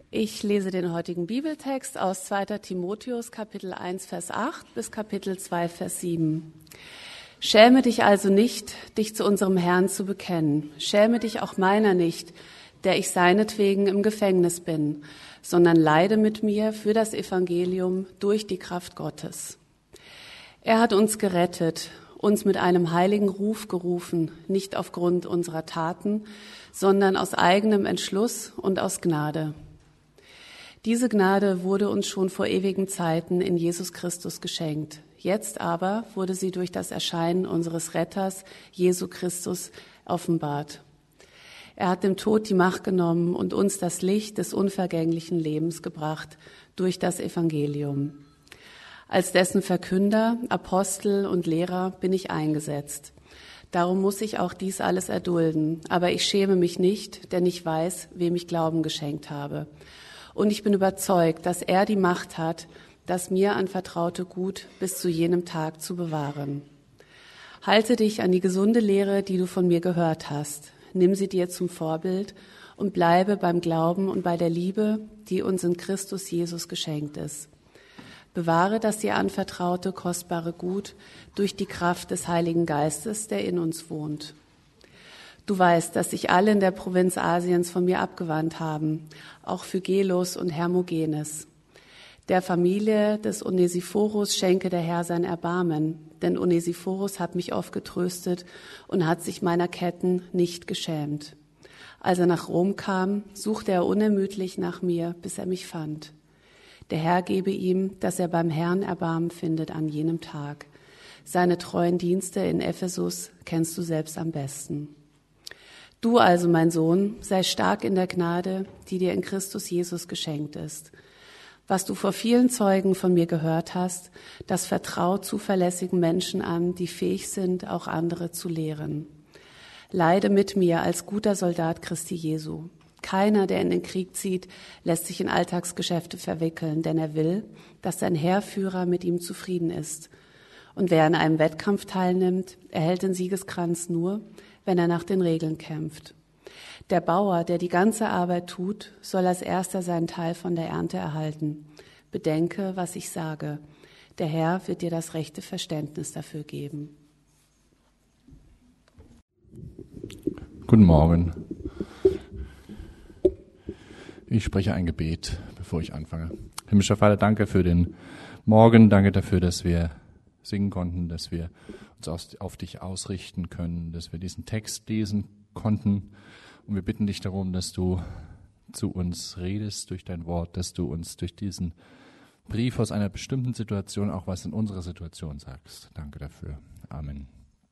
Ich lese den heutigen Bibeltext aus 2. Timotheus, Kapitel 1, Vers 8 bis Kapitel 2, Vers 7. Schäme dich also nicht, dich zu unserem Herrn zu bekennen. Schäme dich auch meiner nicht, der ich seinetwegen im Gefängnis bin, sondern leide mit mir für das Evangelium durch die Kraft Gottes. Er hat uns gerettet, uns mit einem heiligen Ruf gerufen, nicht aufgrund unserer Taten, sondern aus eigenem Entschluss und aus Gnade. Diese Gnade wurde uns schon vor ewigen Zeiten in Jesus Christus geschenkt. Jetzt aber wurde sie durch das Erscheinen unseres Retters, Jesu Christus, offenbart. Er hat dem Tod die Macht genommen und uns das Licht des unvergänglichen Lebens gebracht durch das Evangelium. Als dessen Verkünder, Apostel und Lehrer bin ich eingesetzt. Darum muss ich auch dies alles erdulden. Aber ich schäme mich nicht, denn ich weiß, wem ich Glauben geschenkt habe. Und ich bin überzeugt, dass er die Macht hat, das mir anvertraute Gut bis zu jenem Tag zu bewahren. Halte dich an die gesunde Lehre, die du von mir gehört hast. Nimm sie dir zum Vorbild und bleibe beim Glauben und bei der Liebe, die uns in Christus Jesus geschenkt ist. Bewahre das dir anvertraute, kostbare Gut durch die Kraft des Heiligen Geistes, der in uns wohnt. Du weißt, dass sich alle in der Provinz Asiens von mir abgewandt haben, auch Phygelus und Hermogenes. Der Familie des Onesiphorus schenke der Herr sein Erbarmen, denn Onesiphorus hat mich oft getröstet und hat sich meiner Ketten nicht geschämt. Als er nach Rom kam, suchte er unermüdlich nach mir, bis er mich fand. Der Herr gebe ihm, dass er beim Herrn Erbarmen findet an jenem Tag. Seine treuen Dienste in Ephesus kennst du selbst am besten. Du also, mein Sohn, sei stark in der Gnade, die dir in Christus Jesus geschenkt ist. Was du vor vielen Zeugen von mir gehört hast, das vertrau zuverlässigen Menschen an, die fähig sind, auch andere zu lehren. Leide mit mir als guter Soldat Christi Jesu. Keiner, der in den Krieg zieht, lässt sich in Alltagsgeschäfte verwickeln, denn er will, dass sein Heerführer mit ihm zufrieden ist. Und wer an einem Wettkampf teilnimmt, erhält den Siegeskranz nur, wenn er nach den Regeln kämpft. Der Bauer, der die ganze Arbeit tut, soll als erster seinen Teil von der Ernte erhalten. Bedenke, was ich sage. Der Herr wird dir das rechte Verständnis dafür geben. Guten Morgen. Ich spreche ein Gebet, bevor ich anfange. Himmlischer Vater, danke für den Morgen, danke dafür, dass wir singen konnten, dass wir uns auf dich ausrichten können, dass wir diesen Text lesen konnten. Und wir bitten dich darum, dass du zu uns redest durch dein Wort, dass du uns durch diesen Brief aus einer bestimmten Situation auch was in unserer Situation sagst. Danke dafür. Amen.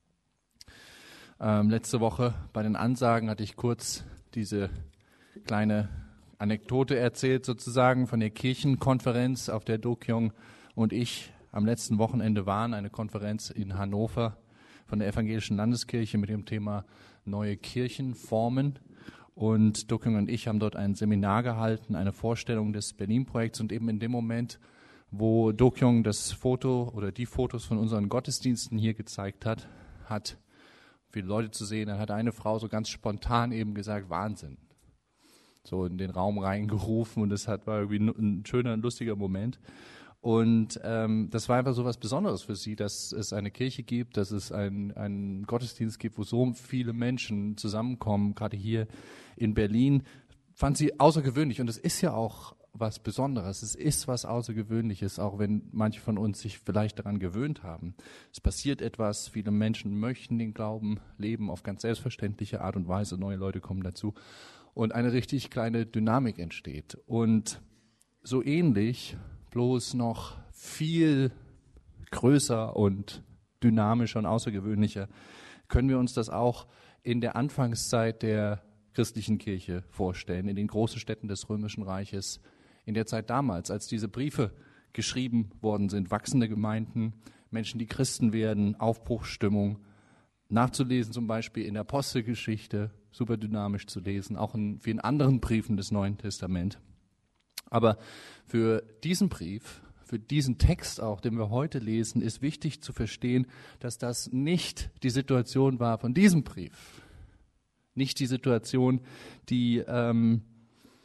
Letzte Woche bei den Ansagen hatte ich kurz diese kleine Anekdote erzählt, sozusagen von der Kirchenkonferenz, auf der Do-kyung und ich am letzten Wochenende waren, eine Konferenz in Hannover von der Evangelischen Landeskirche mit dem Thema Neue Kirchenformen. Und Do-kyung und ich haben dort ein Seminar gehalten, eine Vorstellung des Berlin-Projekts. Und eben in dem Moment, wo Do-kyung das Foto oder die Fotos von unseren Gottesdiensten hier gezeigt hat, hat viele Leute zu sehen, dann hat eine Frau so ganz spontan eben gesagt, Wahnsinn. So in den Raum reingerufen und das war irgendwie ein schöner, lustiger Moment. Und das war einfach so was Besonderes für sie, dass es eine Kirche gibt, dass es einen Gottesdienst gibt, wo so viele Menschen zusammenkommen, gerade hier in Berlin. Fand sie außergewöhnlich und es ist ja auch was Besonderes. Es ist was Außergewöhnliches, auch wenn manche von uns sich vielleicht daran gewöhnt haben. Es passiert etwas, viele Menschen möchten den Glauben leben auf ganz selbstverständliche Art und Weise. Neue Leute kommen dazu und eine richtig kleine Dynamik entsteht. Und so ähnlich, bloß noch viel größer und dynamischer und außergewöhnlicher, können wir uns das auch in der Anfangszeit der christlichen Kirche vorstellen, in den großen Städten des Römischen Reiches, in der Zeit damals, als diese Briefe geschrieben worden sind, wachsende Gemeinden, Menschen, die Christen werden, Aufbruchsstimmung, nachzulesen zum Beispiel in der Apostelgeschichte, super dynamisch zu lesen, auch in vielen anderen Briefen des Neuen Testaments. Aber für diesen Brief, für diesen Text auch, den wir heute lesen, ist wichtig zu verstehen, dass das nicht die Situation war von diesem Brief. Nicht die Situation, die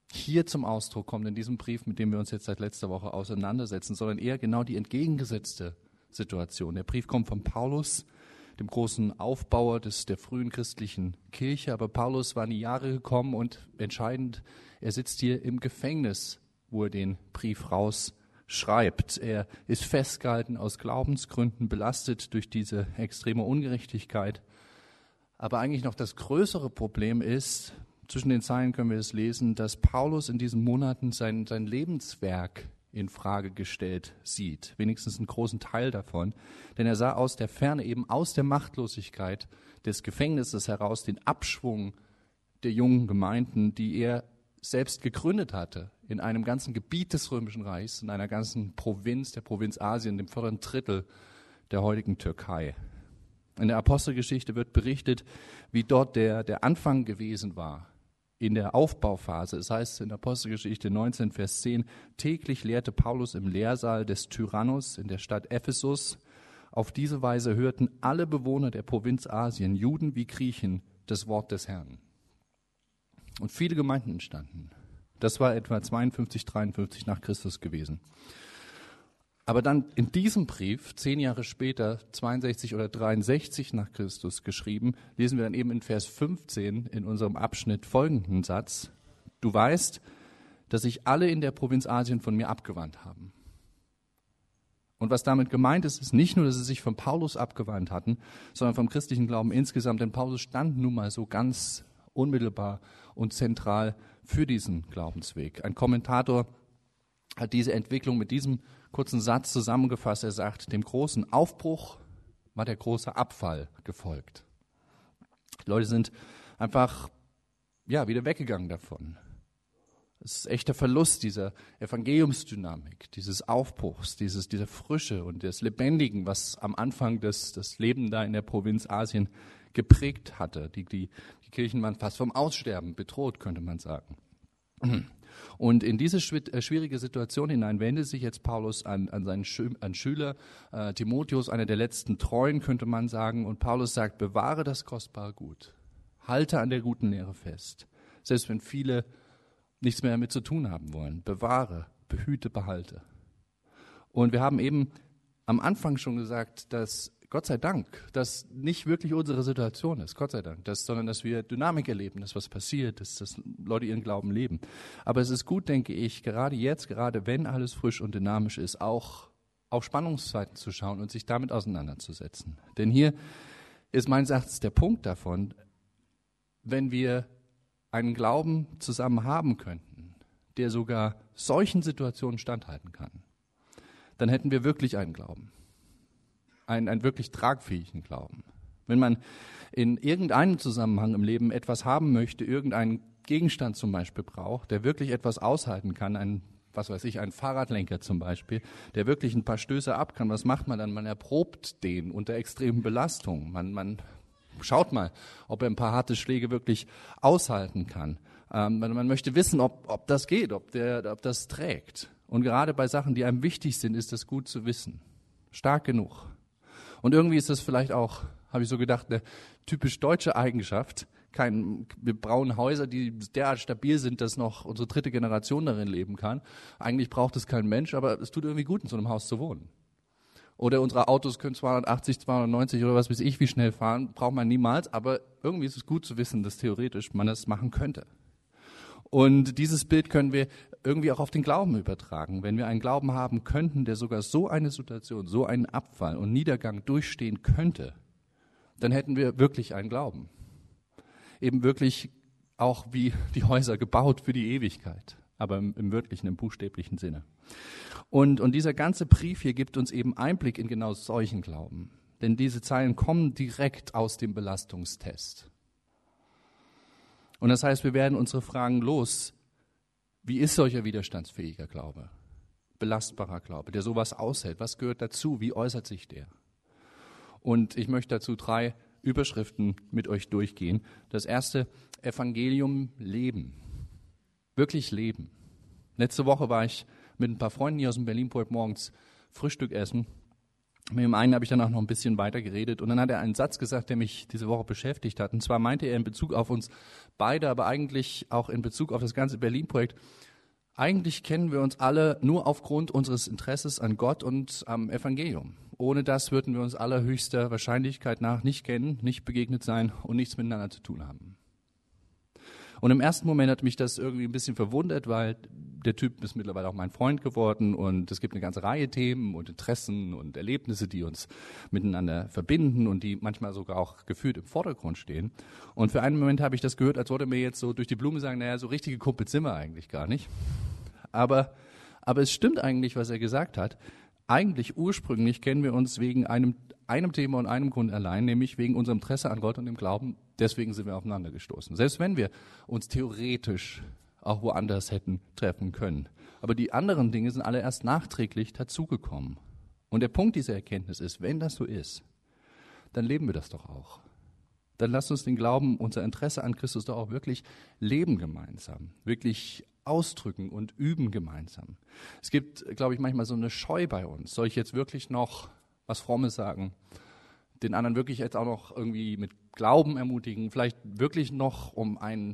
hier zum Ausdruck kommt in diesem Brief, mit dem wir uns jetzt seit letzter Woche auseinandersetzen, sondern eher genau die entgegengesetzte Situation. Der Brief kommt von Paulus, dem großen Aufbauer der frühen christlichen Kirche, aber Paulus war in die Jahre gekommen und entscheidend, er sitzt hier im Gefängnis, wo er den Brief rausschreibt. Er ist festgehalten aus Glaubensgründen, belastet durch diese extreme Ungerechtigkeit. Aber eigentlich noch das größere Problem ist, zwischen den Zeilen können wir es lesen, dass Paulus in diesen Monaten sein Lebenswerk in Frage gestellt sieht, wenigstens einen großen Teil davon. Denn er sah aus der Ferne, eben aus der Machtlosigkeit des Gefängnisses heraus, den Abschwung der jungen Gemeinden, die er selbst gegründet hatte, in einem ganzen Gebiet des Römischen Reichs, in einer ganzen Provinz, der Provinz Asien, dem vorderen Drittel der heutigen Türkei. In der Apostelgeschichte wird berichtet, wie dort der Anfang gewesen war, in der Aufbauphase. Es heißt in Apostelgeschichte 19, Vers 10, täglich lehrte Paulus im Lehrsaal des Tyrannus in der Stadt Ephesus. Auf diese Weise hörten alle Bewohner der Provinz Asien, Juden wie Griechen, das Wort des Herrn. Und viele Gemeinden entstanden. Das war etwa 52, 53 nach Christus gewesen. Aber dann in diesem Brief, 10 Jahre später, 62 oder 63 nach Christus geschrieben, lesen wir dann eben in Vers 15 in unserem Abschnitt folgenden Satz: Du weißt, dass sich alle in der Provinz Asien von mir abgewandt haben. Und was damit gemeint ist, ist nicht nur, dass sie sich von Paulus abgewandt hatten, sondern vom christlichen Glauben insgesamt. Denn Paulus stand nun mal so ganz unmittelbar und zentral für diesen Glaubensweg. Ein Kommentator hat diese Entwicklung mit diesem kurzen Satz zusammengefasst. Er sagt, dem großen Aufbruch war der große Abfall gefolgt. Die Leute sind einfach wieder weggegangen davon. Es ist echter Verlust dieser Evangeliumsdynamik, dieses Aufbruchs, dieser Frische und des Lebendigen, was am Anfang das Leben da in der Provinz Asien geprägt hatte. Die Kirchen waren fast vom Aussterben bedroht, könnte man sagen. Und in diese schwierige Situation hinein wendet sich jetzt Paulus an seinen Schüler, Timotheus, einer der letzten Treuen, könnte man sagen. Und Paulus sagt, bewahre das kostbare Gut, halte an der guten Lehre fest. Selbst wenn viele nichts mehr damit zu tun haben wollen, bewahre, behüte, behalte. Und wir haben eben am Anfang schon gesagt, dass Gott sei Dank, das nicht wirklich unsere Situation ist, Gott sei Dank, sondern dass wir Dynamik erleben, dass was passiert, dass Leute ihren Glauben leben. Aber es ist gut, denke ich, gerade jetzt, gerade wenn alles frisch und dynamisch ist, auch auf Spannungszeiten zu schauen und sich damit auseinanderzusetzen. Denn hier ist meines Erachtens der Punkt davon, wenn wir einen Glauben zusammen haben könnten, der sogar solchen Situationen standhalten kann, dann hätten wir wirklich einen Glauben. Einen wirklich tragfähigen Glauben. Wenn man in irgendeinem Zusammenhang im Leben etwas haben möchte, irgendeinen Gegenstand zum Beispiel braucht, der wirklich etwas aushalten kann, ein Fahrradlenker zum Beispiel, der wirklich ein paar Stöße ab kann, was macht man dann? Man erprobt den unter extremen Belastungen. Man schaut mal, ob er ein paar harte Schläge wirklich aushalten kann. Man möchte wissen, ob das geht, ob das trägt. Und gerade bei Sachen, die einem wichtig sind, ist das gut zu wissen. Stark genug. Und irgendwie ist das vielleicht auch, habe ich so gedacht, eine typisch deutsche Eigenschaft. Wir bauen Häuser, die derart stabil sind, dass noch unsere 3. Generation darin leben kann. Eigentlich braucht es kein Mensch, aber es tut irgendwie gut, in so einem Haus zu wohnen. Oder unsere Autos können 280, 290 oder was weiß ich wie schnell fahren, braucht man niemals. Aber irgendwie ist es gut zu wissen, dass theoretisch man das machen könnte. Und dieses Bild können wir irgendwie auch auf den Glauben übertragen. Wenn wir einen Glauben haben könnten, der sogar so eine Situation, so einen Abfall und Niedergang durchstehen könnte, dann hätten wir wirklich einen Glauben. Eben wirklich auch wie die Häuser gebaut für die Ewigkeit, aber im wirklichen, im buchstäblichen Sinne. Und dieser ganze Brief hier gibt uns eben Einblick in genau solchen Glauben. Denn diese Zeilen kommen direkt aus dem Belastungstest. Und das heißt, wir werden unsere Fragen los. Wie ist solcher widerstandsfähiger Glaube? Belastbarer Glaube, der sowas aushält. Was gehört dazu? Wie äußert sich der? Und ich möchte dazu 3 Überschriften mit euch durchgehen. Das erste, Evangelium leben. Wirklich leben. Letzte Woche war ich mit ein paar Freunden hier aus dem Berlin-Port morgens Frühstück essen. Mit dem einen habe ich dann auch noch ein bisschen weiter geredet und dann hat er einen Satz gesagt, der mich diese Woche beschäftigt hat. Und zwar meinte er in Bezug auf uns beide, aber eigentlich auch in Bezug auf das ganze Berlin-Projekt, eigentlich kennen wir uns alle nur aufgrund unseres Interesses an Gott und am Evangelium. Ohne das würden wir uns allerhöchster Wahrscheinlichkeit nach nicht kennen, nicht begegnet sein und nichts miteinander zu tun haben. Und im ersten Moment hat mich das irgendwie ein bisschen verwundert, weil der Typ ist mittlerweile auch mein Freund geworden und es gibt eine ganze Reihe Themen und Interessen und Erlebnisse, die uns miteinander verbinden und die manchmal sogar auch gefühlt im Vordergrund stehen. Und für einen Moment habe ich das gehört, als wollte mir jetzt so durch die Blume sagen, naja, so richtige Kumpel sind wir eigentlich gar nicht. Aber es stimmt eigentlich, was er gesagt hat. Eigentlich ursprünglich kennen wir uns wegen einem Thema und einem Grund allein, nämlich wegen unserem Interesse an Gott und dem Glauben. Deswegen sind wir aufeinander gestoßen. Selbst wenn wir uns theoretisch auch woanders hätten treffen können. Aber die anderen Dinge sind alle erst nachträglich dazugekommen. Und der Punkt dieser Erkenntnis ist, wenn das so ist, dann leben wir das doch auch. Dann lasst uns den Glauben, unser Interesse an Christus doch auch wirklich leben gemeinsam, wirklich ausdrücken und üben gemeinsam. Es gibt, glaube ich, manchmal so eine Scheu bei uns. Soll ich jetzt wirklich noch was Frommes sagen? Den anderen wirklich jetzt auch noch irgendwie mit Glauben ermutigen? Vielleicht wirklich noch um ein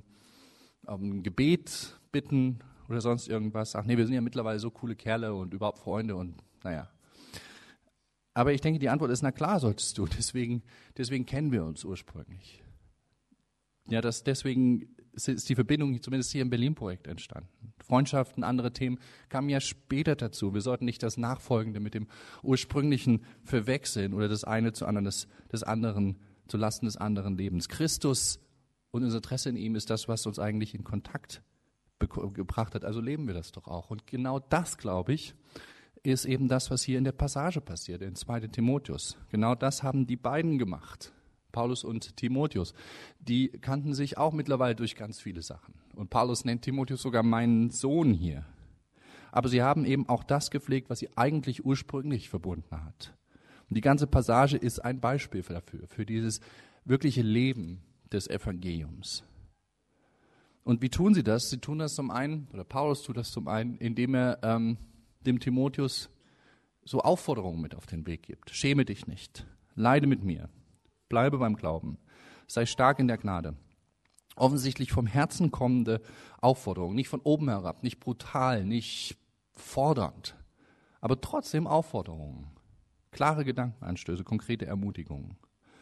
Gebet bitten oder sonst irgendwas? Ach nee, wir sind ja mittlerweile so coole Kerle und überhaupt Freunde und naja. Aber ich denke, die Antwort ist, na klar solltest du. Deswegen kennen wir uns ursprünglich. Ja, deswegen ist die Verbindung zumindest hier im Berlin-Projekt entstanden. Freundschaften, andere Themen kamen ja später dazu. Wir sollten nicht das Nachfolgende mit dem Ursprünglichen verwechseln oder das eine zu anderen, des anderen zu Lasten des anderen Lebens. Christus und unser Interesse in ihm ist das, was uns eigentlich in Kontakt gebracht hat. Also leben wir das doch auch. Und genau das, glaube ich, ist eben das, was hier in der Passage passiert, in 2. Timotheus. Genau das haben die beiden gemacht. Paulus und Timotheus, die kannten sich auch mittlerweile durch ganz viele Sachen. Und Paulus nennt Timotheus sogar meinen Sohn hier. Aber sie haben eben auch das gepflegt, was sie eigentlich ursprünglich verbunden hat. Und die ganze Passage ist ein Beispiel dafür, für dieses wirkliche Leben des Evangeliums. Und wie tun sie das? Sie tun das zum einen, oder Paulus tut das zum einen, indem er dem Timotheus so Aufforderungen mit auf den Weg gibt. Schäme dich nicht, leide mit mir. Bleibe beim Glauben, sei stark in der Gnade. Offensichtlich vom Herzen kommende Aufforderung, nicht von oben herab, nicht brutal, nicht fordernd, aber trotzdem Aufforderungen, klare Gedankenanstöße, konkrete Ermutigungen.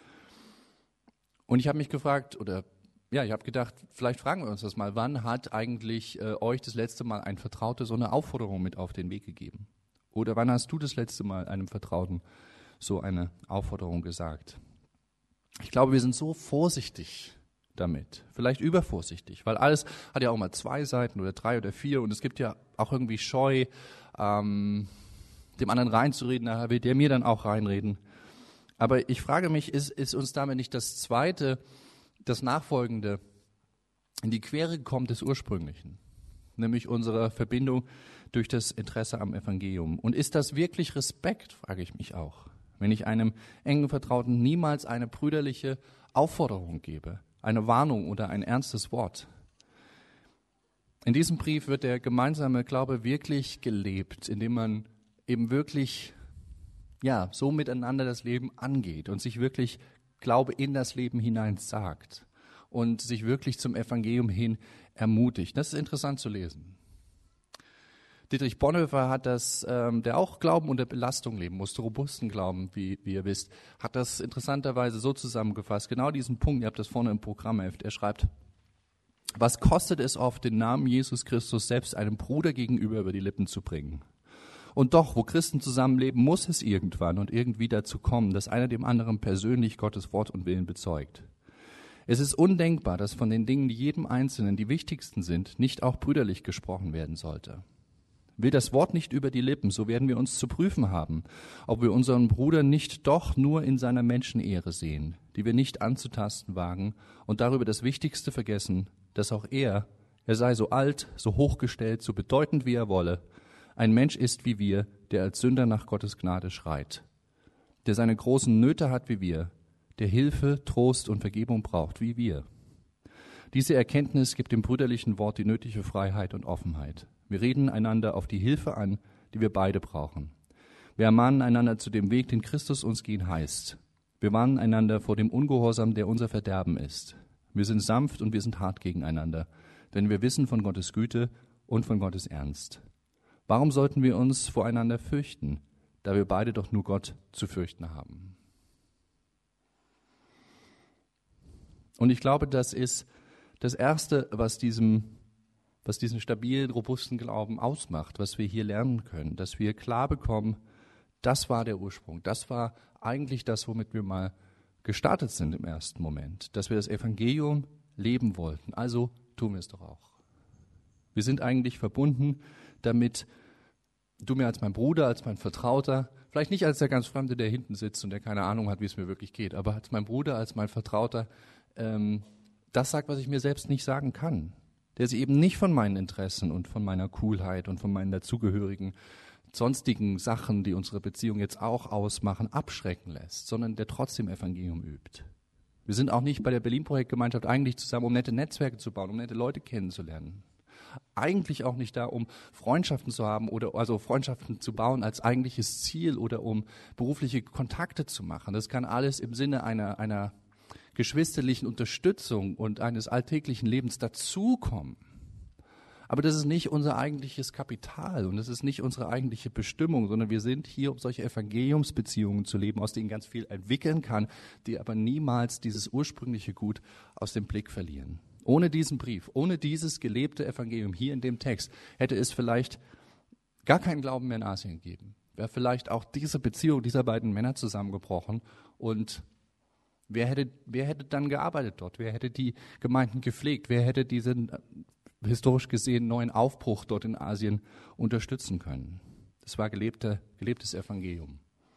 Und ich habe mich gefragt, ich habe gedacht, vielleicht fragen wir uns das mal, wann hat eigentlich euch das letzte Mal ein Vertrauter so eine Aufforderung mit auf den Weg gegeben? Oder wann hast du das letzte Mal einem Vertrauten so eine Aufforderung gesagt? Ich glaube, wir sind so vorsichtig damit, vielleicht übervorsichtig, weil alles hat ja auch mal 2 Seiten oder 3 oder 4 und es gibt ja auch irgendwie Scheu, dem anderen reinzureden, nachher will der mir dann auch reinreden. Aber ich frage mich, ist uns damit nicht das Zweite, das Nachfolgende in die Quere gekommen des Ursprünglichen, nämlich unsere Verbindung durch das Interesse am Evangelium? Und ist das wirklich Respekt, frage ich mich auch, wenn ich einem engen Vertrauten niemals eine brüderliche Aufforderung gebe, eine Warnung oder ein ernstes Wort. In diesem Brief wird der gemeinsame Glaube wirklich gelebt, indem man eben wirklich so miteinander das Leben angeht und sich wirklich Glaube in das Leben hinein sagt und sich wirklich zum Evangelium hin ermutigt. Das ist interessant zu lesen. Dietrich Bonhoeffer hat das, der auch Glauben unter Belastung leben musste, robusten Glauben, wie ihr wisst, hat das interessanterweise so zusammengefasst, genau diesen Punkt, ihr habt das vorne im Programmheft, er schreibt, was kostet es oft, den Namen Jesus Christus selbst einem Bruder gegenüber über die Lippen zu bringen? Und doch, wo Christen zusammenleben, muss es irgendwann und irgendwie dazu kommen, dass einer dem anderen persönlich Gottes Wort und Willen bezeugt. Es ist undenkbar, dass von den Dingen, die jedem Einzelnen die wichtigsten sind, nicht auch brüderlich gesprochen werden sollte. Will das Wort nicht über die Lippen, so werden wir uns zu prüfen haben, ob wir unseren Bruder nicht doch nur in seiner Menschenehre sehen, die wir nicht anzutasten wagen und darüber das Wichtigste vergessen, dass auch er sei so alt, so hochgestellt, so bedeutend wie er wolle, ein Mensch ist wie wir, der als Sünder nach Gottes Gnade schreit, der seine großen Nöte hat wie wir, der Hilfe, Trost und Vergebung braucht wie wir. Diese Erkenntnis gibt dem brüderlichen Wort die nötige Freiheit und Offenheit. Wir reden einander auf die Hilfe an, die wir beide brauchen. Wir ermahnen einander zu dem Weg, den Christus uns gehen heißt. Wir warnen einander vor dem Ungehorsam, der unser Verderben ist. Wir sind sanft und wir sind hart gegeneinander, denn wir wissen von Gottes Güte und von Gottes Ernst. Warum sollten wir uns voreinander fürchten, da wir beide doch nur Gott zu fürchten haben? Und ich glaube, das ist das Erste, was diesen stabilen, robusten Glauben ausmacht, was wir hier lernen können, dass wir klar bekommen, das war der Ursprung, das war eigentlich das, womit wir mal gestartet sind im ersten Moment, dass wir das Evangelium leben wollten, also tun wir es doch auch. Wir sind eigentlich verbunden, damit du mir als mein Bruder, als mein Vertrauter, vielleicht nicht als der ganz Fremde, der hinten sitzt und der keine Ahnung hat, wie es mir wirklich geht, aber als mein Bruder, als mein Vertrauter, das sagt, was ich mir selbst nicht sagen kann. Der sich eben nicht von meinen Interessen und von meiner Coolheit und von meinen dazugehörigen sonstigen Sachen, die unsere Beziehung jetzt auch ausmachen, abschrecken lässt, sondern der trotzdem Evangelium übt. Wir sind auch nicht bei der Berlin-Projektgemeinschaft eigentlich zusammen, um nette Netzwerke zu bauen, um nette Leute kennenzulernen. Eigentlich auch nicht da, um Freundschaften zu haben oder also Freundschaften zu bauen als eigentliches Ziel oder um berufliche Kontakte zu machen. Das kann alles im Sinne einer geschwisterlichen Unterstützung und eines alltäglichen Lebens dazukommen. Aber das ist nicht unser eigentliches Kapital und das ist nicht unsere eigentliche Bestimmung, sondern wir sind hier, um solche Evangeliumsbeziehungen zu leben, aus denen ganz viel entwickeln kann, die aber niemals dieses ursprüngliche Gut aus dem Blick verlieren. Ohne diesen Brief, ohne dieses gelebte Evangelium hier in dem Text, hätte es vielleicht gar keinen Glauben mehr in Asien gegeben. Wäre vielleicht auch diese Beziehung dieser beiden Männer zusammengebrochen und wer hätte dann gearbeitet dort? Wer hätte die Gemeinden gepflegt? Wer hätte diesen historisch gesehen neuen Aufbruch dort in Asien unterstützen können? Das war gelebtes Evangelium.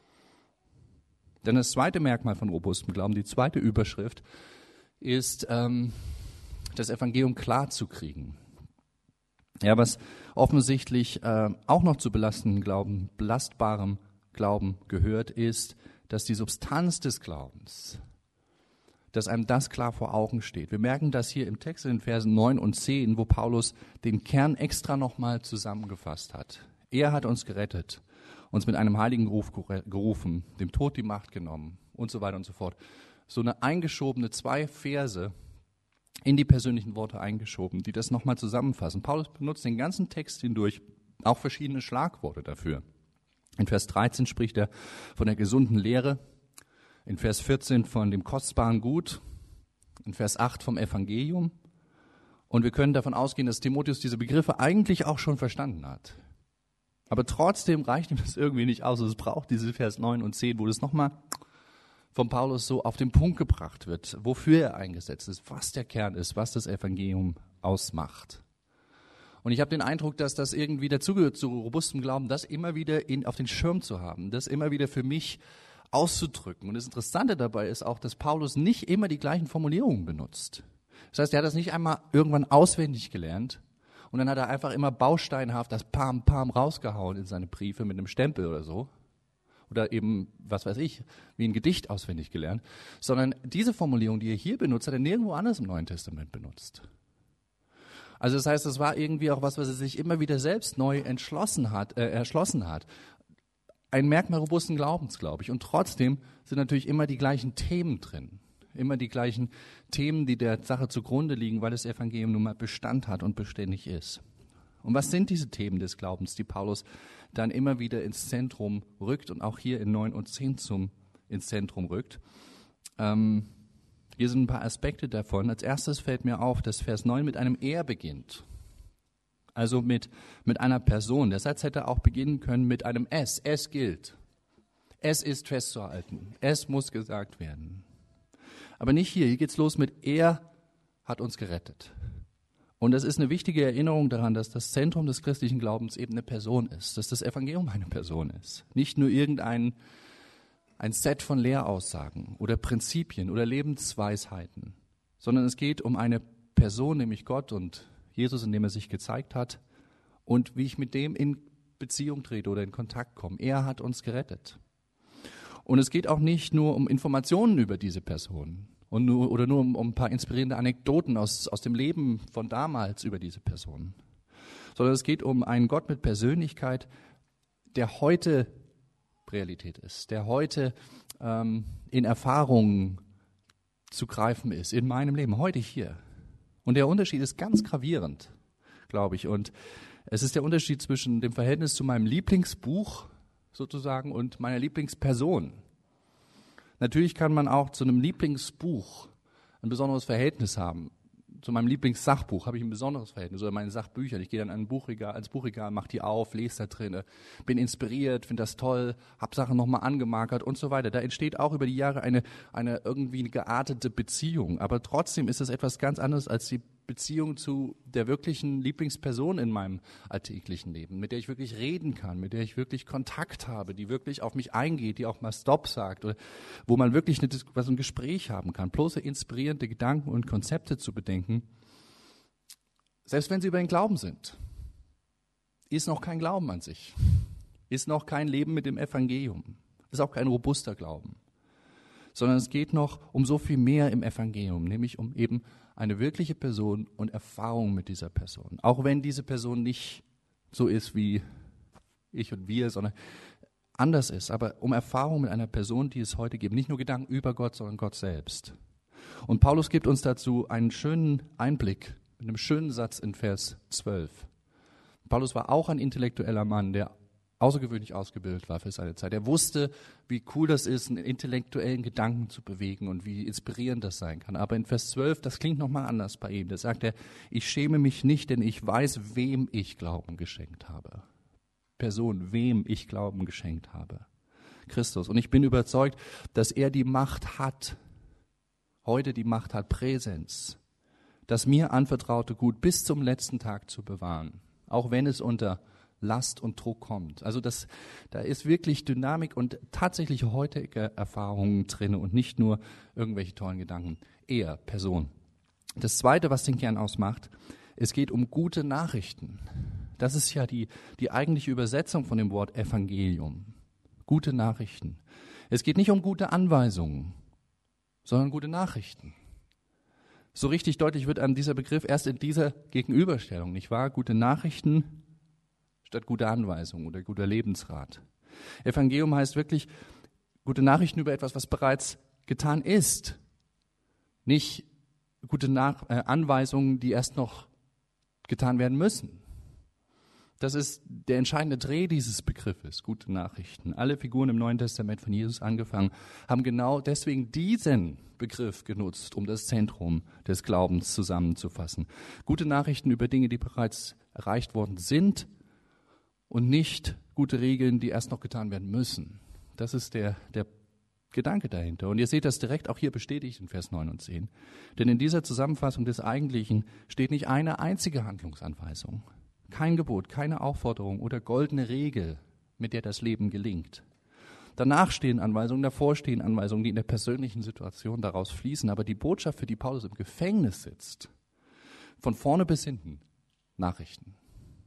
Denn das zweite Merkmal von robustem Glauben, die zweite Überschrift, ist, das Evangelium klar zu kriegen. Ja, was offensichtlich auch noch zu belastbarem Glauben gehört, ist, dass die Substanz des Glaubens, dass einem das klar vor Augen steht. Wir merken das hier im Text in den Versen 9 und 10, wo Paulus den Kern extra nochmal zusammengefasst hat. Er hat uns gerettet, uns mit einem heiligen Ruf gerufen, dem Tod die Macht genommen und so weiter und so fort. So eine eingeschobene 2 Verse in die persönlichen Worte eingeschoben, die das nochmal zusammenfassen. Paulus benutzt den ganzen Text hindurch auch verschiedene Schlagworte dafür. In Vers 13 spricht er von der gesunden Lehre, in Vers 14 von dem kostbaren Gut, in Vers 8 vom Evangelium. Und wir können davon ausgehen, dass Timotheus diese Begriffe eigentlich auch schon verstanden hat. Aber trotzdem reicht ihm das irgendwie nicht aus. Es braucht diese Vers 9 und 10, wo das nochmal von Paulus so auf den Punkt gebracht wird, wofür er eingesetzt ist, was der Kern ist, was das Evangelium ausmacht. Und ich habe den Eindruck, dass das irgendwie dazugehört zu robustem Glauben, das immer wieder auf den Schirm zu haben, das immer wieder für mich auszudrücken. Und das Interessante dabei ist auch, dass Paulus nicht immer die gleichen Formulierungen benutzt. Das heißt, er hat das nicht einmal irgendwann auswendig gelernt und dann hat er einfach immer bausteinhaft das Pam, Pam rausgehauen in seine Briefe mit einem Stempel oder so. Oder eben, was weiß ich, wie ein Gedicht auswendig gelernt. Sondern diese Formulierung, die er hier benutzt, hat er nirgendwo anders im Neuen Testament benutzt. Also das heißt, das war irgendwie auch was er sich immer wieder selbst neu erschlossen hat. Ein Merkmal robusten Glaubens, glaube ich. Und trotzdem sind natürlich immer die gleichen Themen drin. Immer die gleichen Themen, die der Sache zugrunde liegen, weil das Evangelium nun mal Bestand hat und beständig ist. Und was sind diese Themen des Glaubens, die Paulus dann immer wieder ins Zentrum rückt und auch hier in 9 und 10 ins Zentrum rückt? Hier sind ein paar Aspekte davon. Als erstes fällt mir auf, dass Vers 9 mit einem Er beginnt. Also mit einer Person. Der Satz hätte auch beginnen können mit einem Es. Es gilt. Es ist festzuhalten. Es muss gesagt werden. Aber nicht hier. Hier geht's los mit Er hat uns gerettet. Und das ist eine wichtige Erinnerung daran, dass das Zentrum des christlichen Glaubens eben eine Person ist, dass das Evangelium eine Person ist. Nicht nur ein Set von Lehraussagen oder Prinzipien oder Lebensweisheiten, sondern es geht um eine Person, nämlich Gott und Jesus, in dem er sich gezeigt hat und wie ich mit dem in Beziehung trete oder in Kontakt komme. Er hat uns gerettet. Und es geht auch nicht nur um Informationen über diese Person oder nur um ein paar inspirierende Anekdoten aus dem Leben von damals über diese Person, sondern es geht um einen Gott mit Persönlichkeit, der heute Realität ist, der heute in Erfahrungen zu greifen ist, in meinem Leben, heute hier. Und der Unterschied ist ganz gravierend, glaube ich. Und es ist der Unterschied zwischen dem Verhältnis zu meinem Lieblingsbuch sozusagen und meiner Lieblingsperson. Natürlich kann man auch zu einem Lieblingsbuch ein besonderes Verhältnis haben. Zu meinem Lieblingssachbuch habe ich ein besonderes Verhältnis oder meine Sachbücher. Ich gehe dann ans Buchregal, mache die auf, lese da drin, bin inspiriert, finde das toll, habe Sachen nochmal angemarkert und so weiter. Da entsteht auch über die Jahre eine irgendwie eine geartete Beziehung. Aber trotzdem ist es etwas ganz anderes als die Beziehung zu der wirklichen Lieblingsperson in meinem alltäglichen Leben, mit der ich wirklich reden kann, mit der ich wirklich Kontakt habe, die wirklich auf mich eingeht, die auch mal Stopp sagt oder wo man wirklich ein Gespräch haben kann, bloße inspirierende Gedanken und Konzepte zu bedenken, selbst wenn sie über den Glauben sind, ist noch kein Glauben an sich, ist noch kein Leben mit dem Evangelium, ist auch kein robuster Glauben, sondern es geht noch um so viel mehr im Evangelium, nämlich um eben eine wirkliche Person und Erfahrung mit dieser Person. Auch wenn diese Person nicht so ist wie ich und wir, sondern anders ist, aber um Erfahrung mit einer Person, die es heute gibt. Nicht nur Gedanken über Gott, sondern Gott selbst. Und Paulus gibt uns dazu einen schönen Einblick mit einem schönen Satz in Vers 12. Paulus war auch ein intellektueller Mann, der außergewöhnlich ausgebildet war für seine Zeit. Er wusste, wie cool das ist, einen intellektuellen Gedanken zu bewegen und wie inspirierend das sein kann. Aber in Vers 12, das klingt nochmal anders bei ihm. Da sagt er, ich schäme mich nicht, denn ich weiß, wem ich Glauben geschenkt habe. Person, wem ich Glauben geschenkt habe. Christus. Und ich bin überzeugt, dass er die Macht hat, heute die Macht hat, Präsenz, das mir anvertraute Gut bis zum letzten Tag zu bewahren. Auch wenn es unter Last und Druck kommt. Also da ist wirklich Dynamik und tatsächliche heutige Erfahrungen drin und nicht nur irgendwelche tollen Gedanken. Er, Person. Das Zweite, was den Kern ausmacht, es geht um gute Nachrichten. Das ist ja die eigentliche Übersetzung von dem Wort Evangelium. Gute Nachrichten. Es geht nicht um gute Anweisungen, sondern gute Nachrichten. So richtig deutlich wird einem dieser Begriff erst in dieser Gegenüberstellung, nicht wahr? Gute Nachrichten statt gute Anweisung oder guter Lebensrat. Evangelium heißt wirklich gute Nachrichten über etwas, was bereits getan ist. Nicht gute Anweisungen, die erst noch getan werden müssen. Das ist der entscheidende Dreh dieses Begriffes, gute Nachrichten. Alle Figuren im Neuen Testament von Jesus angefangen haben genau deswegen diesen Begriff genutzt, um das Zentrum des Glaubens zusammenzufassen. Gute Nachrichten über Dinge, die bereits erreicht worden sind, und nicht gute Regeln, die erst noch getan werden müssen. Das ist der Gedanke dahinter. Und ihr seht das direkt auch hier bestätigt in Vers 9 und 10. Denn in dieser Zusammenfassung des Eigentlichen steht nicht eine einzige Handlungsanweisung, kein Gebot, keine Aufforderung oder goldene Regel, mit der das Leben gelingt. Danach stehen Anweisungen, davor stehen Anweisungen, die in der persönlichen Situation daraus fließen. Aber die Botschaft, für die Paulus im Gefängnis sitzt, von vorne bis hinten, Nachrichten.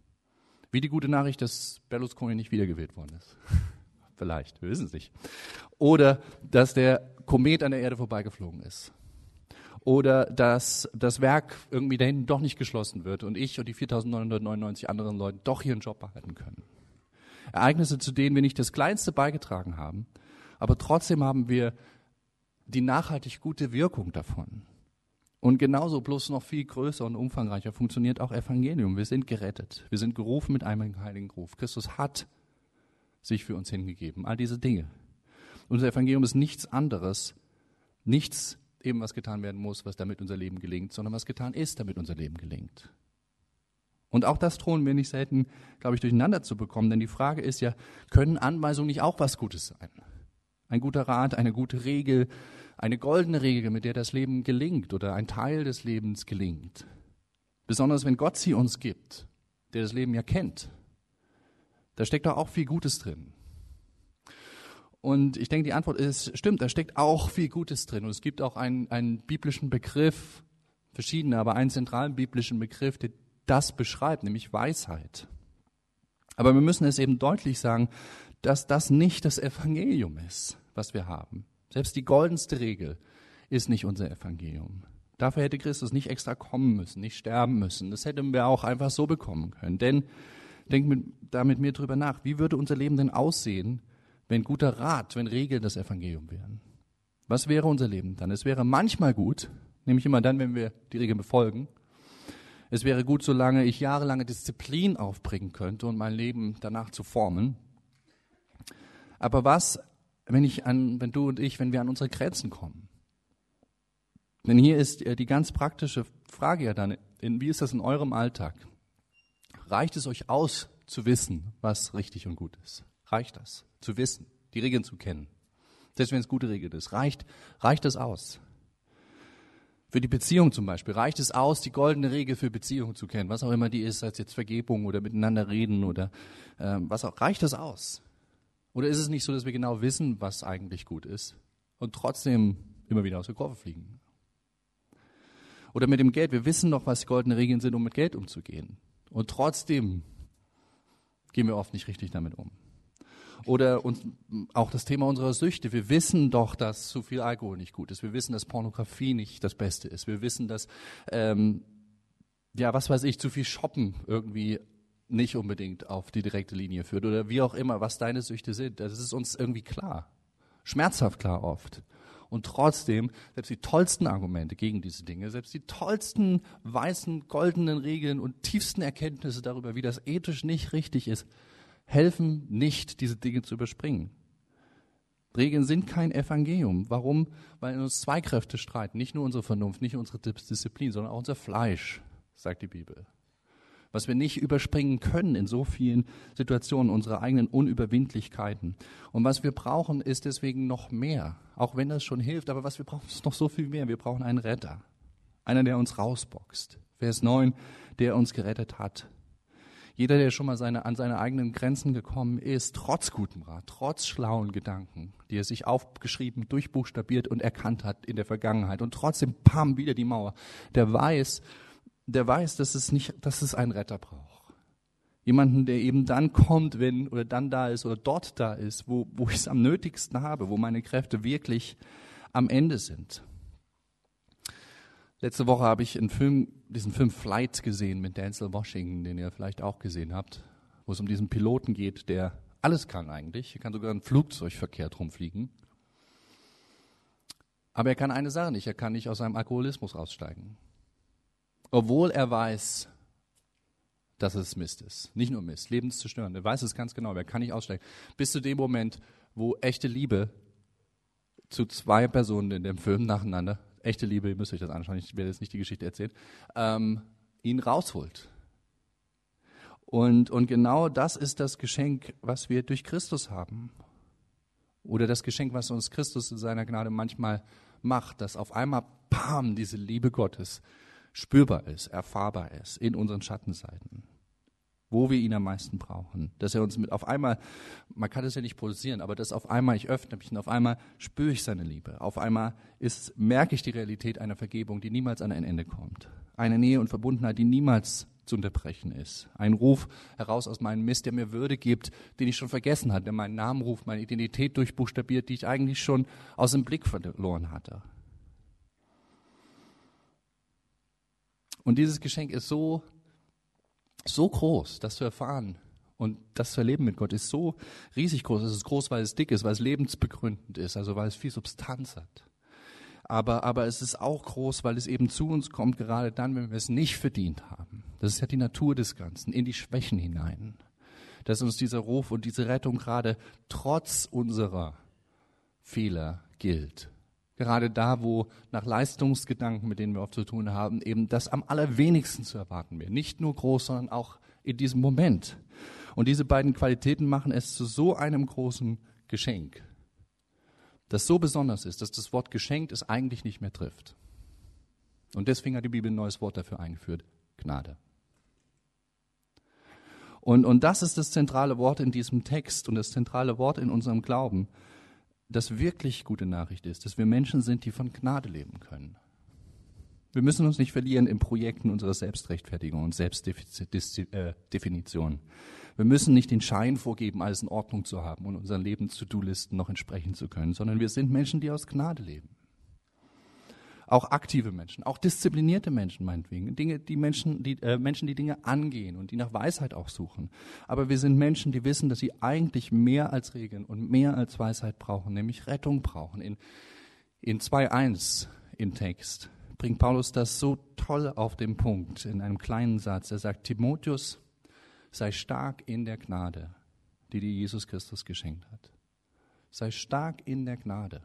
Wie die gute Nachricht, dass Berlusconi nicht wiedergewählt worden ist. Vielleicht, wir wissen es nicht. Oder dass der Komet an der Erde vorbeigeflogen ist. Oder dass das Werk irgendwie da hinten doch nicht geschlossen wird und ich und die 4.999 anderen Leute doch hier einen Job behalten können. Ereignisse, zu denen wir nicht das Kleinste beigetragen haben, aber trotzdem haben wir die nachhaltig gute Wirkung davon. Und genauso, bloß noch viel größer und umfangreicher, funktioniert auch Evangelium. Wir sind gerettet. Wir sind gerufen mit einem heiligen Ruf. Christus hat sich für uns hingegeben. All diese Dinge. Unser Evangelium ist nichts anderes, nichts eben, was getan werden muss, was damit unser Leben gelingt, sondern was getan ist, damit unser Leben gelingt. Und auch das drohen wir nicht selten, glaube ich, durcheinander zu bekommen. Denn die Frage ist ja, können Anweisungen nicht auch was Gutes sein? Ein guter Rat, eine gute Regel, eine goldene Regel, mit der das Leben gelingt oder ein Teil des Lebens gelingt. Besonders wenn Gott sie uns gibt, der das Leben ja kennt. Da steckt doch auch viel Gutes drin. Und ich denke, die Antwort ist, stimmt, da steckt auch viel Gutes drin. Und es gibt auch einen biblischen Begriff, verschiedene, aber einen zentralen biblischen Begriff, der das beschreibt, nämlich Weisheit. Aber wir müssen es eben deutlich sagen, dass das nicht das Evangelium ist, was wir haben. Selbst die goldenste Regel ist nicht unser Evangelium. Dafür hätte Christus nicht extra kommen müssen, nicht sterben müssen. Das hätten wir auch einfach so bekommen können. Denn denkt da mit mir drüber nach, wie würde unser Leben denn aussehen, wenn guter Rat, wenn Regeln das Evangelium wären? Was wäre unser Leben dann? Es wäre manchmal gut, nämlich immer dann, wenn wir die Regeln befolgen. Es wäre gut, solange ich jahrelange Disziplin aufbringen könnte und mein Leben danach zu formen. Aber was, wenn du und ich, wenn wir an unsere Grenzen kommen? Denn hier ist die ganz praktische Frage ja dann, wie ist das in eurem Alltag? Reicht es euch aus, zu wissen, was richtig und gut ist? Reicht das, zu wissen, die Regeln zu kennen? Selbst wenn es gute Regeln ist, reicht das aus? Für die Beziehung zum Beispiel, reicht es aus, die goldene Regel für Beziehung zu kennen, was auch immer die ist, als jetzt Vergebung oder miteinander reden oder was auch, reicht das aus? Oder ist es nicht so, dass wir genau wissen, was eigentlich gut ist und trotzdem immer wieder aus der Kurve fliegen? Oder mit dem Geld, wir wissen doch, was goldene Regeln sind, um mit Geld umzugehen und trotzdem gehen wir oft nicht richtig damit um. Oder auch das Thema unserer Süchte. Wir wissen doch, dass zu viel Alkohol nicht gut ist. Wir wissen, dass Pornografie nicht das Beste ist. Wir wissen, dass, zu viel Shoppen irgendwie nicht unbedingt auf die direkte Linie führt. Oder wie auch immer, was deine Süchte sind. Das ist uns irgendwie klar. Schmerzhaft klar oft. Und trotzdem, selbst die tollsten Argumente gegen diese Dinge, selbst die tollsten weißen, goldenen Regeln und tiefsten Erkenntnisse darüber, wie das ethisch nicht richtig ist, helfen nicht, diese Dinge zu überspringen. Regeln sind kein Evangelium. Warum? Weil in uns zwei Kräfte streiten. Nicht nur unsere Vernunft, nicht nur unsere Disziplin, sondern auch unser Fleisch, sagt die Bibel. Was wir nicht überspringen können in so vielen Situationen, unsere eigenen Unüberwindlichkeiten. Und was wir brauchen, ist deswegen noch mehr. Auch wenn das schon hilft, aber was wir brauchen, ist noch so viel mehr. Wir brauchen einen Retter. Einer, der uns rausboxt. Vers 9, der uns gerettet hat. Jeder, der schon mal an seine eigenen Grenzen gekommen ist, trotz gutem Rat, trotz schlauen Gedanken, die er sich aufgeschrieben, durchbuchstabiert und erkannt hat in der Vergangenheit und trotzdem, wieder die Mauer, der weiß, dass es einen Retter braucht. Jemanden, der eben dann kommt, dann da ist oder dort da ist, wo ich es am nötigsten habe, wo meine Kräfte wirklich am Ende sind. Letzte Woche habe ich diesen Film Flight gesehen mit Denzel Washington, den ihr vielleicht auch gesehen habt, wo es um diesen Piloten geht, der alles kann eigentlich. Er kann sogar ein Flugzeug verkehrt rumfliegen. Aber er kann eine Sache nicht, er kann nicht aus seinem Alkoholismus raussteigen. Obwohl er weiß, dass es Mist ist. Nicht nur Mist, lebenszerstörend. Er weiß es ganz genau, aber er kann nicht aussteigen. Bis zu dem Moment, wo echte Liebe zu zwei Personen in dem Film nacheinander, echte Liebe, ihr müsst euch das anschauen, ich werde jetzt nicht die Geschichte erzählen, ihn rausholt. Und genau das ist das Geschenk, was wir durch Christus haben. Oder das Geschenk, was uns Christus in seiner Gnade manchmal macht, dass auf einmal, diese Liebe Gottes spürbar ist, erfahrbar ist in unseren Schattenseiten, wo wir ihn am meisten brauchen. Dass er uns auf einmal, man kann es ja nicht produzieren, aber dass auf einmal ich öffne mich und auf einmal spüre ich seine Liebe. Auf einmal merke ich die Realität einer Vergebung, die niemals an ein Ende kommt. Eine Nähe und Verbundenheit, die niemals zu unterbrechen ist. Ein Ruf heraus aus meinem Mist, der mir Würde gibt, den ich schon vergessen hatte, der meinen Namen ruft, meine Identität durchbuchstabiert, die ich eigentlich schon aus dem Blick verloren hatte. Und dieses Geschenk ist so groß, das zu erfahren und das zu erleben mit Gott ist so riesig groß. Es ist groß, weil es dick ist, weil es lebensbegründend ist, also weil es viel Substanz hat. Aber es ist auch groß, weil es eben zu uns kommt, gerade dann, wenn wir es nicht verdient haben. Das ist ja die Natur des Ganzen, in die Schwächen hinein. Dass uns dieser Ruf und diese Rettung gerade trotz unserer Fehler gilt. Gerade da, wo nach Leistungsgedanken, mit denen wir oft zu tun haben, eben das am allerwenigsten zu erwarten wäre. Nicht nur groß, sondern auch in diesem Moment. Und diese beiden Qualitäten machen es zu so einem großen Geschenk, das so besonders ist, dass das Wort geschenkt es eigentlich nicht mehr trifft. Und deswegen hat die Bibel ein neues Wort dafür eingeführt, Gnade. Und das ist das zentrale Wort in diesem Text und das zentrale Wort in unserem Glauben, das wirklich gute Nachricht ist, dass wir Menschen sind, die von Gnade leben können. Wir müssen uns nicht verlieren in Projekten unserer Selbstrechtfertigung und Selbstdefinition. Wir müssen nicht den Schein vorgeben, alles in Ordnung zu haben und unseren Lebens-To-Do-Listen noch entsprechen zu können, sondern wir sind Menschen, die aus Gnade leben. Auch aktive Menschen, auch disziplinierte Menschen meinetwegen, Menschen, die Dinge angehen und die nach Weisheit auch suchen. Aber wir sind Menschen, die wissen, dass sie eigentlich mehr als Regeln und mehr als Weisheit brauchen, nämlich Rettung brauchen. In 2,1 im Text bringt Paulus das so toll auf den Punkt in einem kleinen Satz. Er sagt, Timotheus, sei stark in der Gnade, die dir Jesus Christus geschenkt hat. Sei stark in der Gnade.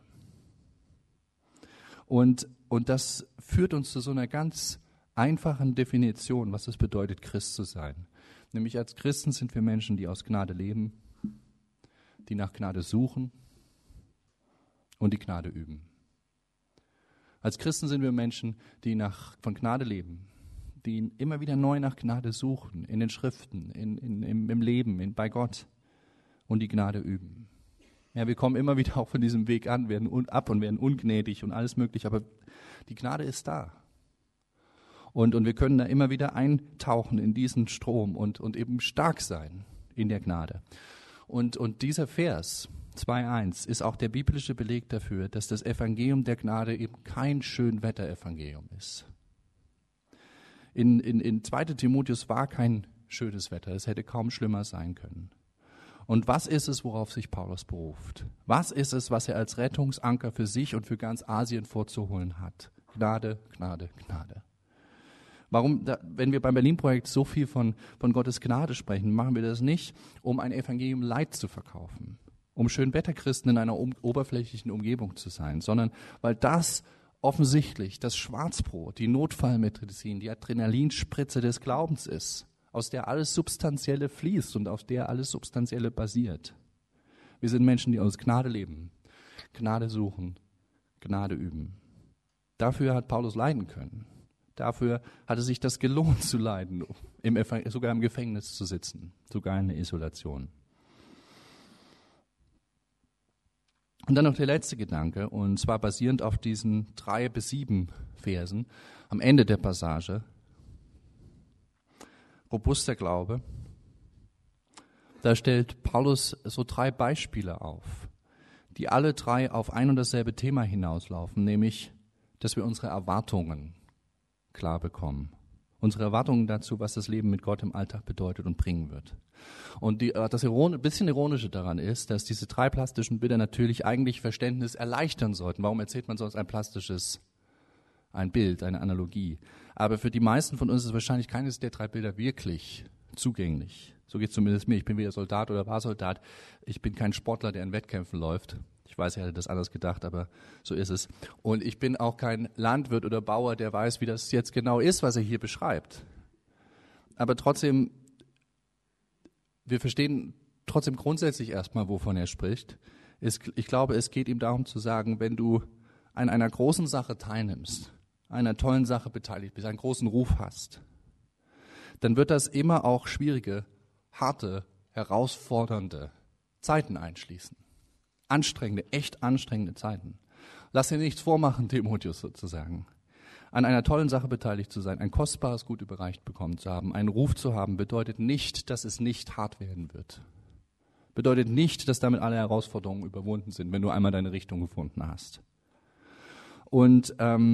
Und das führt uns zu so einer ganz einfachen Definition, was es bedeutet, Christ zu sein. Nämlich als Christen sind wir Menschen, die aus Gnade leben, die nach Gnade suchen und die Gnade üben. Als Christen sind wir Menschen, die von Gnade leben, die immer wieder neu nach Gnade suchen, in den Schriften, im Leben, bei Gott und die Gnade üben. Ja, wir kommen immer wieder auch von diesem Weg an, werden ab und werden ungnädig und alles mögliche, aber die Gnade ist da. Und wir können da immer wieder eintauchen in diesen Strom und eben stark sein in der Gnade. Und dieser Vers 2,1 ist auch der biblische Beleg dafür, dass das Evangelium der Gnade eben kein Schönwetter-Evangelium ist. In 2. Timotheus war kein schönes Wetter, es hätte kaum schlimmer sein können. Und was ist es, worauf sich Paulus beruft? Was ist es, was er als Rettungsanker für sich und für ganz Asien vorzuholen hat? Gnade, Gnade, Gnade. Warum, wenn wir beim Berlin-Projekt so viel von Gottes Gnade sprechen, machen wir das nicht, um ein Evangelium Light zu verkaufen, um Schönwetterchristen in einer oberflächlichen Umgebung zu sein, sondern weil das offensichtlich das Schwarzbrot, die Notfallmedizin, die Adrenalinspritze des Glaubens ist, aus der alles Substanzielle fließt und auf der alles Substanzielle basiert. Wir sind Menschen, die aus Gnade leben, Gnade suchen, Gnade üben. Dafür hat Paulus leiden können. Dafür hat es sich das gelohnt zu leiden, sogar im Gefängnis zu sitzen, sogar in der Isolation. Und dann noch der letzte Gedanke, und zwar basierend auf diesen 3 bis 7 Versen am Ende der Passage. Robuster Glaube. Da stellt Paulus so 3 Beispiele auf, die alle 3 auf ein und dasselbe Thema hinauslaufen, nämlich, dass wir unsere Erwartungen klar bekommen. Unsere Erwartungen dazu, was das Leben mit Gott im Alltag bedeutet und bringen wird. Und das bisschen Ironische daran ist, dass diese 3 plastischen Bilder natürlich eigentlich Verständnis erleichtern sollten. Warum erzählt man sonst ein Bild, eine Analogie? Aber für die meisten von uns ist wahrscheinlich keines der 3 Bilder wirklich zugänglich. So geht es zumindest mir. Ich bin weder Soldat oder war Soldat. Ich bin kein Sportler, der in Wettkämpfen läuft. Ich weiß, ich hätte das anders gedacht, aber so ist es. Und ich bin auch kein Landwirt oder Bauer, der weiß, wie das jetzt genau ist, was er hier beschreibt. Aber trotzdem, wir verstehen trotzdem grundsätzlich erstmal, wovon er spricht. Ich glaube, es geht ihm darum zu sagen, wenn du an einer großen Sache teilnimmst, einer tollen Sache beteiligt bist, einen großen Ruf hast, dann wird das immer auch schwierige, harte, herausfordernde Zeiten einschließen. Echt anstrengende Zeiten. Lass dir nichts vormachen, Timotheus sozusagen. An einer tollen Sache beteiligt zu sein, ein kostbares Gut überreicht bekommen zu haben, einen Ruf zu haben, bedeutet nicht, dass es nicht hart werden wird. Bedeutet nicht, dass damit alle Herausforderungen überwunden sind, wenn du einmal deine Richtung gefunden hast. Und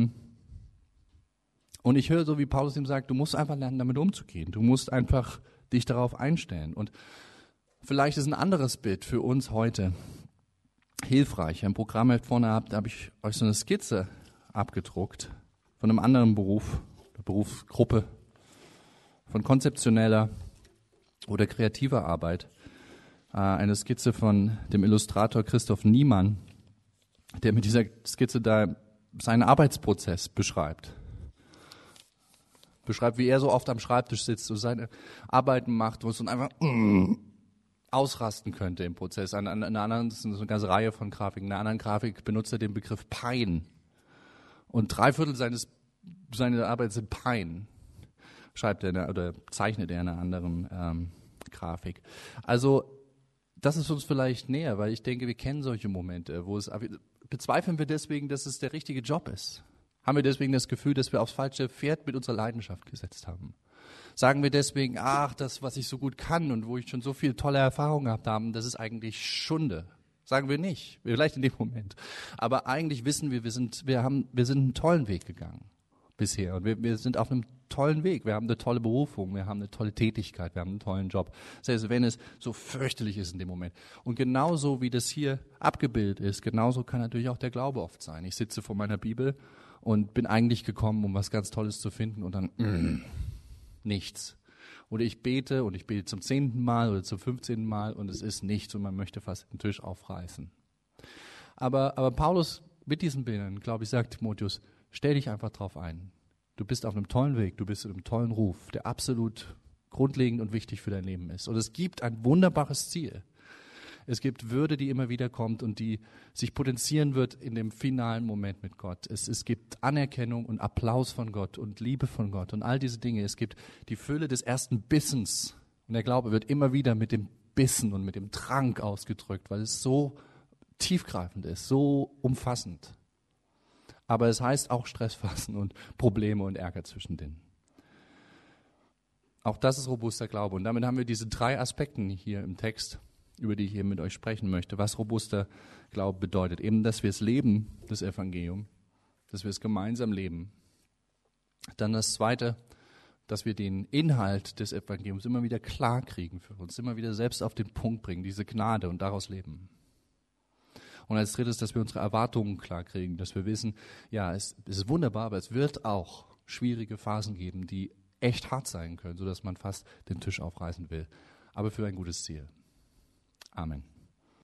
ich höre so, wie Paulus ihm sagt, du musst einfach lernen, damit umzugehen. Du musst einfach dich darauf einstellen. Und vielleicht ist ein anderes Bild für uns heute hilfreich. Im Programmheft vorne habe ich euch so eine Skizze abgedruckt von einem anderen Beruf, der Berufsgruppe, von konzeptioneller oder kreativer Arbeit. Eine Skizze von dem Illustrator Christoph Niemann, der mit dieser Skizze da seinen Arbeitsprozess beschreibt. Beschreibt, wie er so oft am Schreibtisch sitzt und seine Arbeiten macht und einfach ausrasten könnte im Prozess. An einer anderen, das ist eine ganze Reihe von Grafiken, in einer anderen Grafik benutzt er den Begriff Pein. Und 3/4 seiner Arbeit sind Pein, schreibt er oder zeichnet er in einer anderen Grafik. Also das ist uns vielleicht näher, weil ich denke, wir kennen solche Momente, bezweifeln wir deswegen, dass es der richtige Job ist? Haben wir deswegen das Gefühl, dass wir aufs falsche Pferd mit unserer Leidenschaft gesetzt haben? Sagen wir deswegen, das, was ich so gut kann und wo ich schon so viele tolle Erfahrungen gehabt habe, das ist eigentlich Schunde. Sagen wir nicht, vielleicht in dem Moment. Aber eigentlich wissen wir sind einen tollen Weg gegangen bisher. Und wir sind auf einem tollen Weg. Wir haben eine tolle Berufung, wir haben eine tolle Tätigkeit, wir haben einen tollen Job. Selbst wenn es so fürchterlich ist in dem Moment. Und genauso wie das hier abgebildet ist, genauso kann natürlich auch der Glaube oft sein. Ich sitze vor meiner Bibel und bin eigentlich gekommen, um was ganz Tolles zu finden und dann nichts. Oder ich bete und ich bete zum 10. Mal oder zum 15. Mal und es ist nichts und man möchte fast den Tisch aufreißen. Aber Paulus mit diesen Bildern, glaube ich, sagt Timotheus, stell dich einfach drauf ein. Du bist auf einem tollen Weg, du bist in einem tollen Ruf, der absolut grundlegend und wichtig für dein Leben ist. Und es gibt ein wunderbares Ziel. Es gibt Würde, die immer wieder kommt und die sich potenzieren wird in dem finalen Moment mit Gott. Es gibt Anerkennung und Applaus von Gott und Liebe von Gott und all diese Dinge. Es gibt die Fülle des ersten Bissens. Und der Glaube wird immer wieder mit dem Bissen und mit dem Trank ausgedrückt, weil es so tiefgreifend ist, so umfassend. Aber es heißt auch Stress fassen und Probleme und Ärger zwischendrin. Auch das ist robuster Glaube. Und damit haben wir diese 3 Aspekte hier im Text, über die ich hier mit euch sprechen möchte, was robuster Glaube bedeutet. Eben, dass wir es leben, das Evangelium, dass wir es gemeinsam leben. Dann das Zweite, dass wir den Inhalt des Evangeliums immer wieder klar kriegen für uns, immer wieder selbst auf den Punkt bringen, diese Gnade und daraus leben. Und als Drittes, dass wir unsere Erwartungen klar kriegen, dass wir wissen, ja, es ist wunderbar, aber es wird auch schwierige Phasen geben, die echt hart sein können, sodass man fast den Tisch aufreißen will. Aber für ein gutes Ziel. Amen.